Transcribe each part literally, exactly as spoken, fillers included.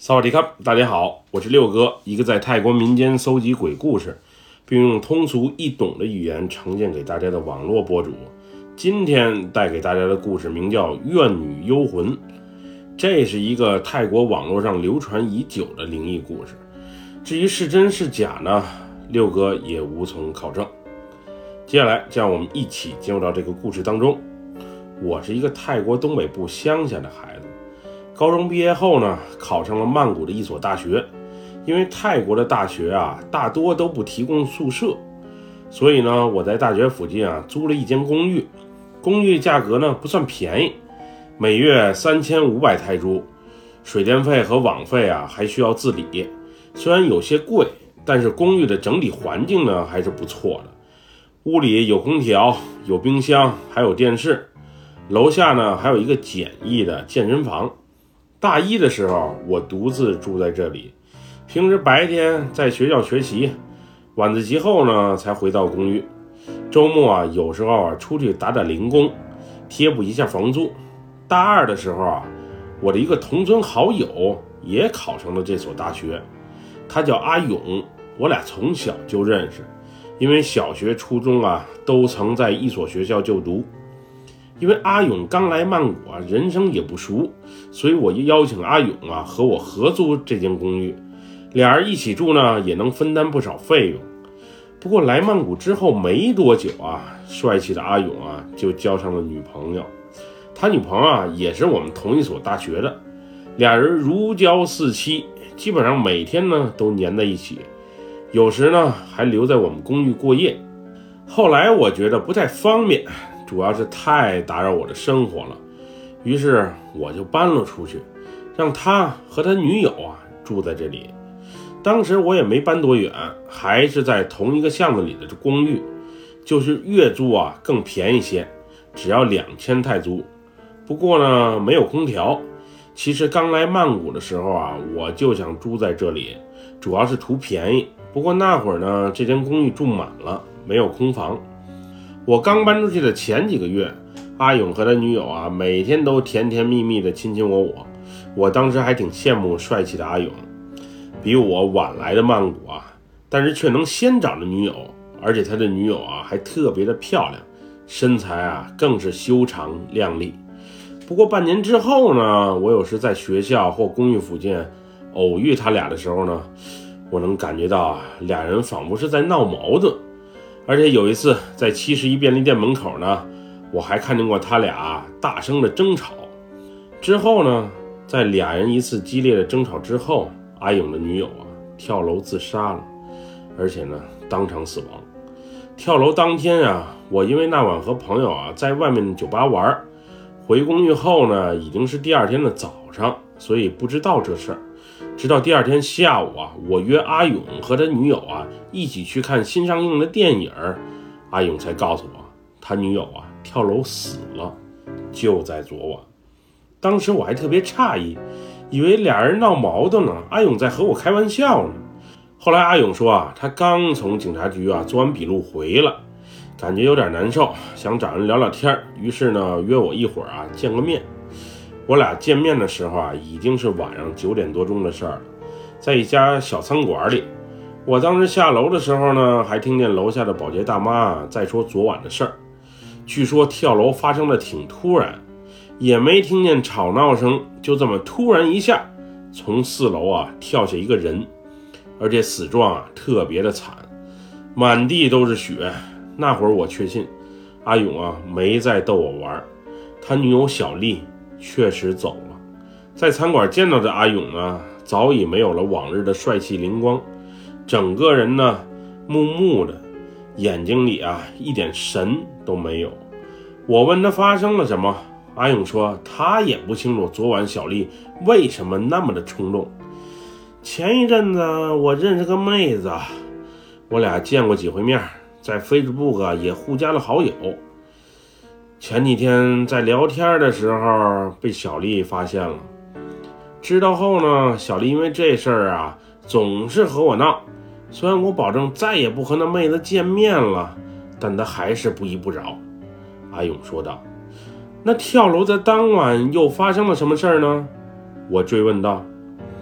萨瓦迪卡，大家好，我是六哥，一个在泰国民间搜集鬼故事，并用通俗易懂的语言呈现给大家的网络博主。今天带给大家的故事名叫《怨女幽魂》，这是一个泰国网络上流传已久的灵异故事。至于是真是假呢，六哥也无从考证。接下来，就让我们一起进入到这个故事当中。我是一个泰国东北部乡下的孩子。高中毕业后呢，考上了曼谷的一所大学。因为泰国的大学啊，大多都不提供宿舍，所以呢，我在大学附近啊租了一间公寓。公寓价格呢不算便宜，每月三千五百泰铢，水电费和网费啊还需要自理。虽然有些贵，但是公寓的整体环境呢还是不错的。屋里有空调，有冰箱，还有电视。楼下呢还有一个简易的健身房。大一的时候，我独自住在这里，平时白天在学校学习，晚自习后呢才回到公寓。周末啊，有时候啊出去打打零工，贴补一下房租。大二的时候啊，我的一个同村好友也考上了这所大学，他叫阿勇，我俩从小就认识，因为小学、初中啊都曾在一所学校就读。因为阿勇刚来曼谷啊，人生也不熟，所以我就邀请阿勇啊和我合租这间公寓，俩人一起住呢，也能分担不少费用。不过来曼谷之后没多久啊，帅气的阿勇啊就交上了女朋友。他女朋友啊也是我们同一所大学的，俩人如胶似漆，基本上每天呢都黏在一起，有时呢还留在我们公寓过夜。后来我觉得不太方便，主要是太打扰我的生活了，于是我就搬了出去，让他和他女友啊住在这里。当时我也没搬多远，还是在同一个巷子里的公寓，就是月租啊更便宜些，只要两千泰铢。不过呢没有空调。其实刚来曼谷的时候啊，我就想住在这里，主要是图便宜。不过那会儿呢，这间公寓住满了，没有空房。我刚搬出去的前几个月，阿勇和他女友啊，每天都甜甜蜜蜜的亲亲我我。我当时还挺羡慕帅气的阿勇，比我晚来的曼谷啊，但是却能先找着女友，而且他的女友啊还特别的漂亮，身材啊更是修长靓丽。不过半年之后呢，我有时在学校或公寓附近偶遇他俩的时候呢，我能感觉到啊，俩人仿佛是在闹矛盾。而且有一次在七十一便利店门口呢，我还看见过他俩大声的争吵。之后呢，在俩人一次激烈的争吵之后，阿勇的女友啊跳楼自杀了，而且呢当场死亡。跳楼当天啊，我因为那晚和朋友啊在外面的酒吧玩，回公寓后呢已经是第二天的早上，所以不知道这事儿。直到第二天下午啊，我约阿勇和他女友啊一起去看新上映的电影，阿勇才告诉我他女友啊跳楼死了，就在昨晚。当时我还特别诧异，以为俩人闹矛盾呢，阿勇在和我开玩笑呢。后来阿勇说啊，他刚从警察局啊做完笔录回来，感觉有点难受，想找人聊聊天，于是呢约我一会儿啊见个面。我俩见面的时候啊，已经是晚上九点多钟的事儿了，在一家小餐馆里。我当时下楼的时候呢，还听见楼下的保洁大妈啊在说昨晚的事儿。据说跳楼发生的挺突然，也没听见吵闹声，就这么突然一下，从四楼啊跳下一个人，而且死状啊特别的惨，满地都是血。那会儿我确信，阿勇啊没再逗我玩，他女友小丽确实走了。在餐馆见到的阿勇呢，早已没有了往日的帅气灵光，整个人呢木木的，眼睛里啊一点神都没有。我问他发生了什么，阿勇说他也不清楚昨晚小丽为什么那么的冲动。前一阵子我认识个妹子，我俩见过几回面，在 Facebook 也互加了好友。前几天在聊天的时候被小丽发现了，知道后呢，小丽因为这事儿啊总是和我闹，虽然我保证再也不和那妹子见面了，但她还是不依不饶。阿勇说道。那跳楼的当晚又发生了什么事儿呢？我追问道。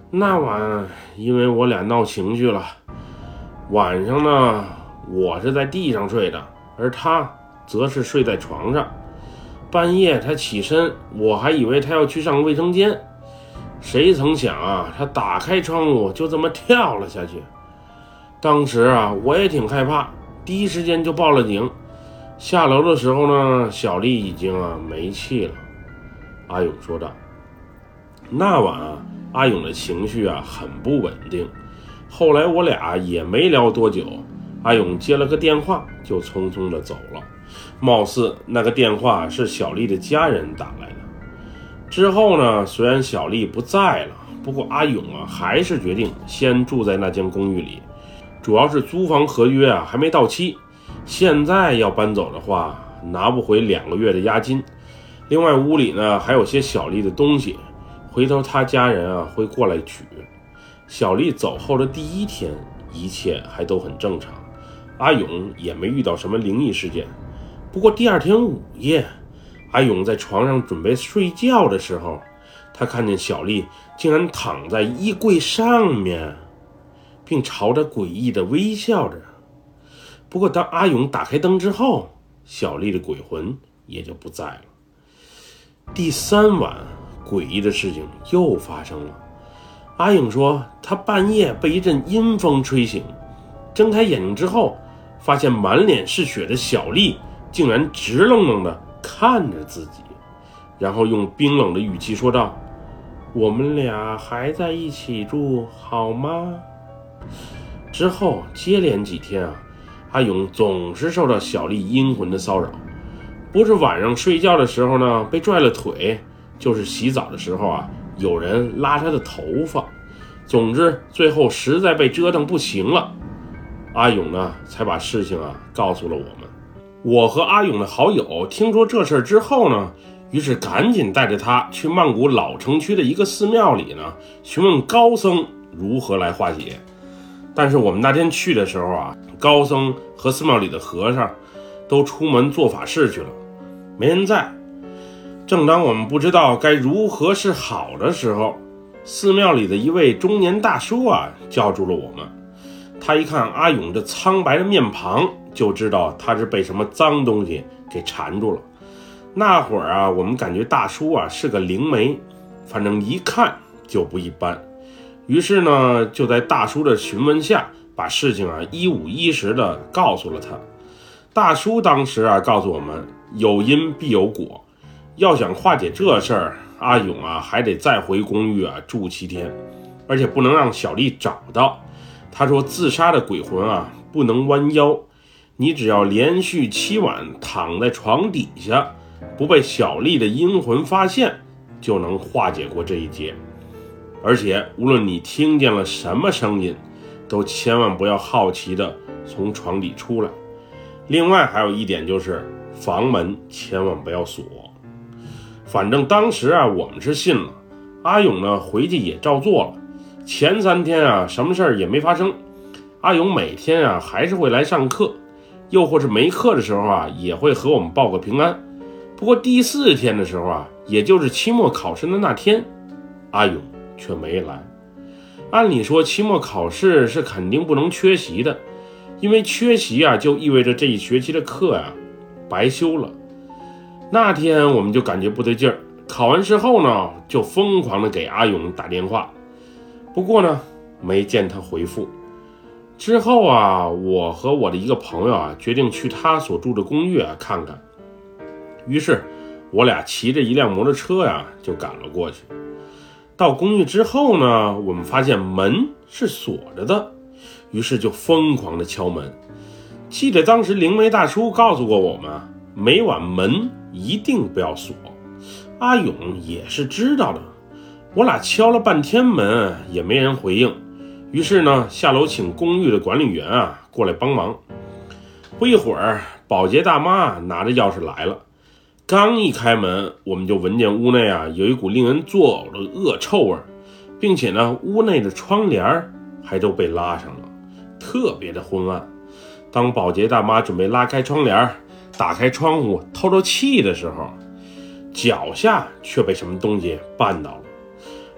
那晚因为我俩闹情绪了，晚上呢我是在地上睡的，而他则是睡在床上。半夜他起身，我还以为他要去上卫生间，谁曾想啊，他打开窗户就这么跳了下去。当时啊我也挺害怕，第一时间就报了警。下楼的时候呢，小丽已经啊没气了。阿勇说道。那晚啊阿勇的情绪啊很不稳定，后来我俩也没聊多久，阿勇接了个电话就匆匆的走了，貌似那个电话是小丽的家人打来的。之后呢，虽然小丽不在了，不过阿勇啊还是决定先住在那间公寓里，主要是租房合约啊还没到期，现在要搬走的话拿不回两个月的押金，另外屋里呢还有些小丽的东西，回头他家人啊会过来取。小丽走后的第一天，一切还都很正常，阿勇也没遇到什么灵异事件。不过第二天午夜，阿勇在床上准备睡觉的时候，他看见小丽竟然躺在衣柜上面，并朝他诡异的微笑着。不过当阿勇打开灯之后，小丽的鬼魂也就不在了。第三晚，诡异的事情又发生了。阿勇说他半夜被一阵阴风吹醒，睁开眼睛之后，发现满脸是血的小丽竟然直愣愣地看着自己，然后用冰冷的语气说道：我们俩还在一起住好吗？之后接连几天啊，阿勇总是受到小丽阴魂的骚扰，不是晚上睡觉的时候呢被拽了腿，就是洗澡的时候啊有人拉他的头发，总之最后实在被折腾不行了，阿勇呢才把事情啊告诉了我们。我和阿勇的好友听说这事之后呢，于是赶紧带着他去曼谷老城区的一个寺庙里呢询问高僧如何来化解。但是我们那天去的时候啊，高僧和寺庙里的和尚都出门做法事去了，没人在。正当我们不知道该如何是好的时候，寺庙里的一位中年大叔啊叫住了我们。他一看阿勇这苍白的面庞，就知道他是被什么脏东西给缠住了。那会儿啊，我们感觉大叔啊是个灵媒，反正一看就不一般。于是呢，就在大叔的询问下，把事情啊一五一十的告诉了他。大叔当时啊告诉我们，有因必有果，要想化解这事儿，阿勇啊还得再回公寓啊住七天，而且不能让小丽找到。他说自杀的鬼魂啊不能弯腰，你只要连续七晚躺在床底下，不被小丽的阴魂发现，就能化解过这一劫。而且无论你听见了什么声音，都千万不要好奇的从床底出来。另外还有一点就是房门千万不要锁。反正当时啊我们是信了，阿勇呢回去也照做了。前三天啊什么事儿也没发生，阿勇每天啊还是会来上课，又或是没课的时候啊也会和我们报个平安。不过第四天的时候啊，也就是期末考试的那天，阿勇却没来。按理说期末考试是肯定不能缺席的，因为缺席啊就意味着这一学期的课啊白修了。那天我们就感觉不对劲儿，考完试后呢就疯狂的给阿勇打电话，不过呢没见他回复。之后啊，我和我的一个朋友啊决定去他所住的公寓啊看看，于是我俩骑着一辆摩托车呀就赶了过去。到公寓之后呢，我们发现门是锁着的，于是就疯狂的敲门。记得当时灵媒大叔告诉过我们，每晚门一定不要锁。阿勇也是知道的，我俩敲了半天门也没人回应，于是呢下楼请公寓的管理员啊过来帮忙。不一会儿，保洁大妈拿着钥匙来了，刚一开门，我们就闻见屋内啊有一股令人作呕的恶臭味，并且呢屋内的窗帘还都被拉上了，特别的昏暗。当保洁大妈准备拉开窗帘，打开窗户透透气的时候，脚下却被什么东西绊倒了。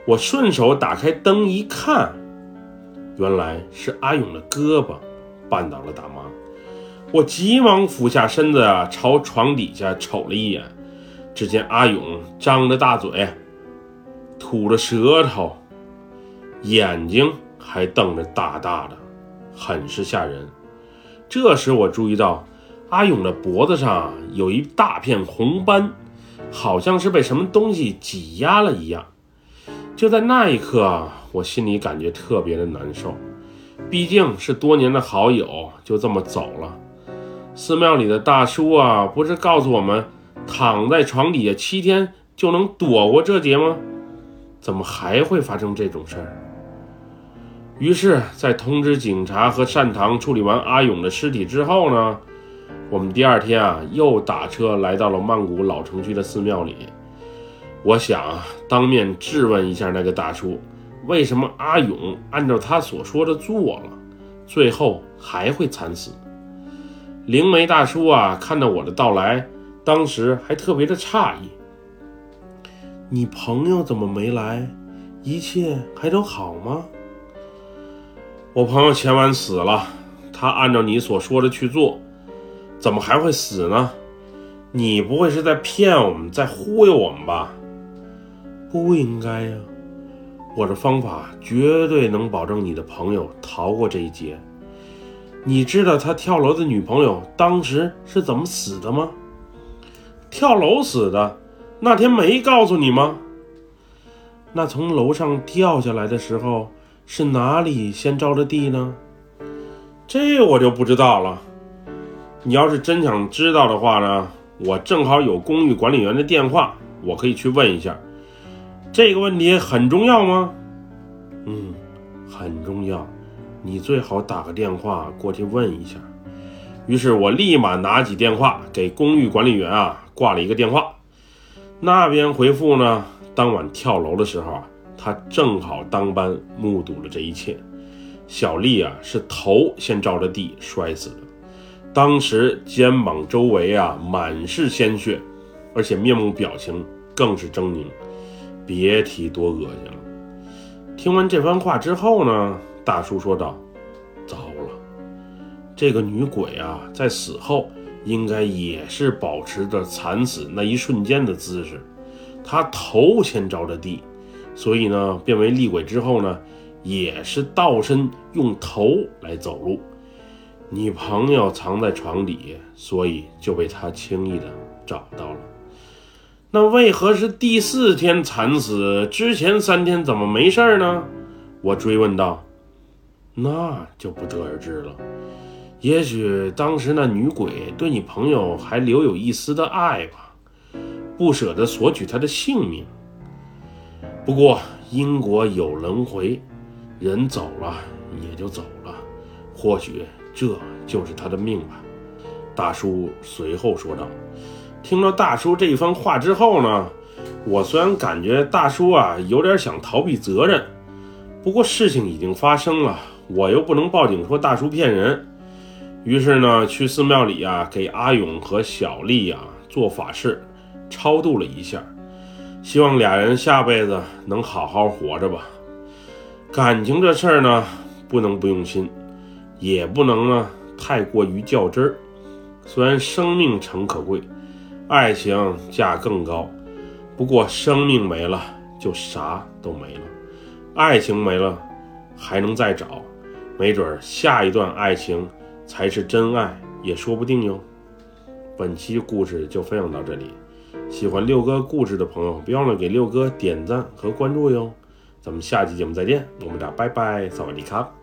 我顺手打开灯一看，原来是阿勇的胳膊绊倒了大妈。我急忙俯下身子啊，朝床底下瞅了一眼，只见阿勇张着大嘴，吐了舌头，眼睛还瞪着大大的，很是吓人。这时我注意到阿勇的脖子上有一大片红斑，好像是被什么东西挤压了一样。就在那一刻，我心里感觉特别的难受，毕竟是多年的好友就这么走了。寺庙里的大叔啊，不是告诉我们躺在床底下七天就能躲过这劫吗？怎么还会发生这种事儿？于是在通知警察和善堂处理完阿勇的尸体之后呢，我们第二天啊又打车来到了曼谷老城区的寺庙里。我想啊当面质问一下那个大叔，为什么阿勇按照他所说的做了，最后还会惨死。灵媒大叔啊看到我的到来，当时还特别的诧异，你朋友怎么没来？一切还都好吗？我朋友前晚死了，他按照你所说的去做，怎么还会死呢？你不会是在骗我们，在忽悠我们吧？不应该呀，我的方法绝对能保证你的朋友逃过这一劫。你知道他跳楼的女朋友当时是怎么死的吗？跳楼死的？那天没告诉你吗？那从楼上掉下来的时候，是哪里先着的地呢？这我就不知道了。你要是真想知道的话呢，我正好有公寓管理员的电话，我可以去问一下。这个问题很重要吗？嗯，很重要，你最好打个电话过去问一下。于是我立马拿起电话给公寓管理员啊挂了一个电话。那边回复呢，当晚跳楼的时候啊，他正好当班目睹了这一切。小丽啊是头先着着地摔死的，当时肩膀周围啊满是鲜血，而且面目表情更是狰狞，别提多恶心了。听完这番话之后呢，大叔说道，糟了，这个女鬼啊在死后应该也是保持着惨死那一瞬间的姿势，她头先着着地，所以呢变为厉鬼之后呢也是倒身用头来走路。你朋友藏在床底，所以就被他轻易的找到了。那为何是第四天惨死，之前三天怎么没事呢？我追问道。那就不得而知了，也许当时那女鬼对你朋友还留有一丝的爱吧，不舍得索取他的性命。不过因果有轮回，人走了也就走了，或许这就是他的命吧。大叔随后说道。听到大叔这一番话之后呢，我虽然感觉大叔啊有点想逃避责任，不过事情已经发生了，我又不能报警说大叔骗人。于是呢去寺庙里啊给阿勇和小丽啊做法事，超度了一下，希望俩人下辈子能好好活着吧。感情这事儿呢不能不用心，也不能呢太过于较真儿。虽然生命诚可贵，爱情价更高，不过生命没了就啥都没了，爱情没了还能再找，没准下一段爱情才是真爱也说不定哟。本期故事就分享到这里，喜欢六哥故事的朋友别忘了给六哥点赞和关注哟。咱们下期节目再见，我们俩拜拜，萨瓦迪卡。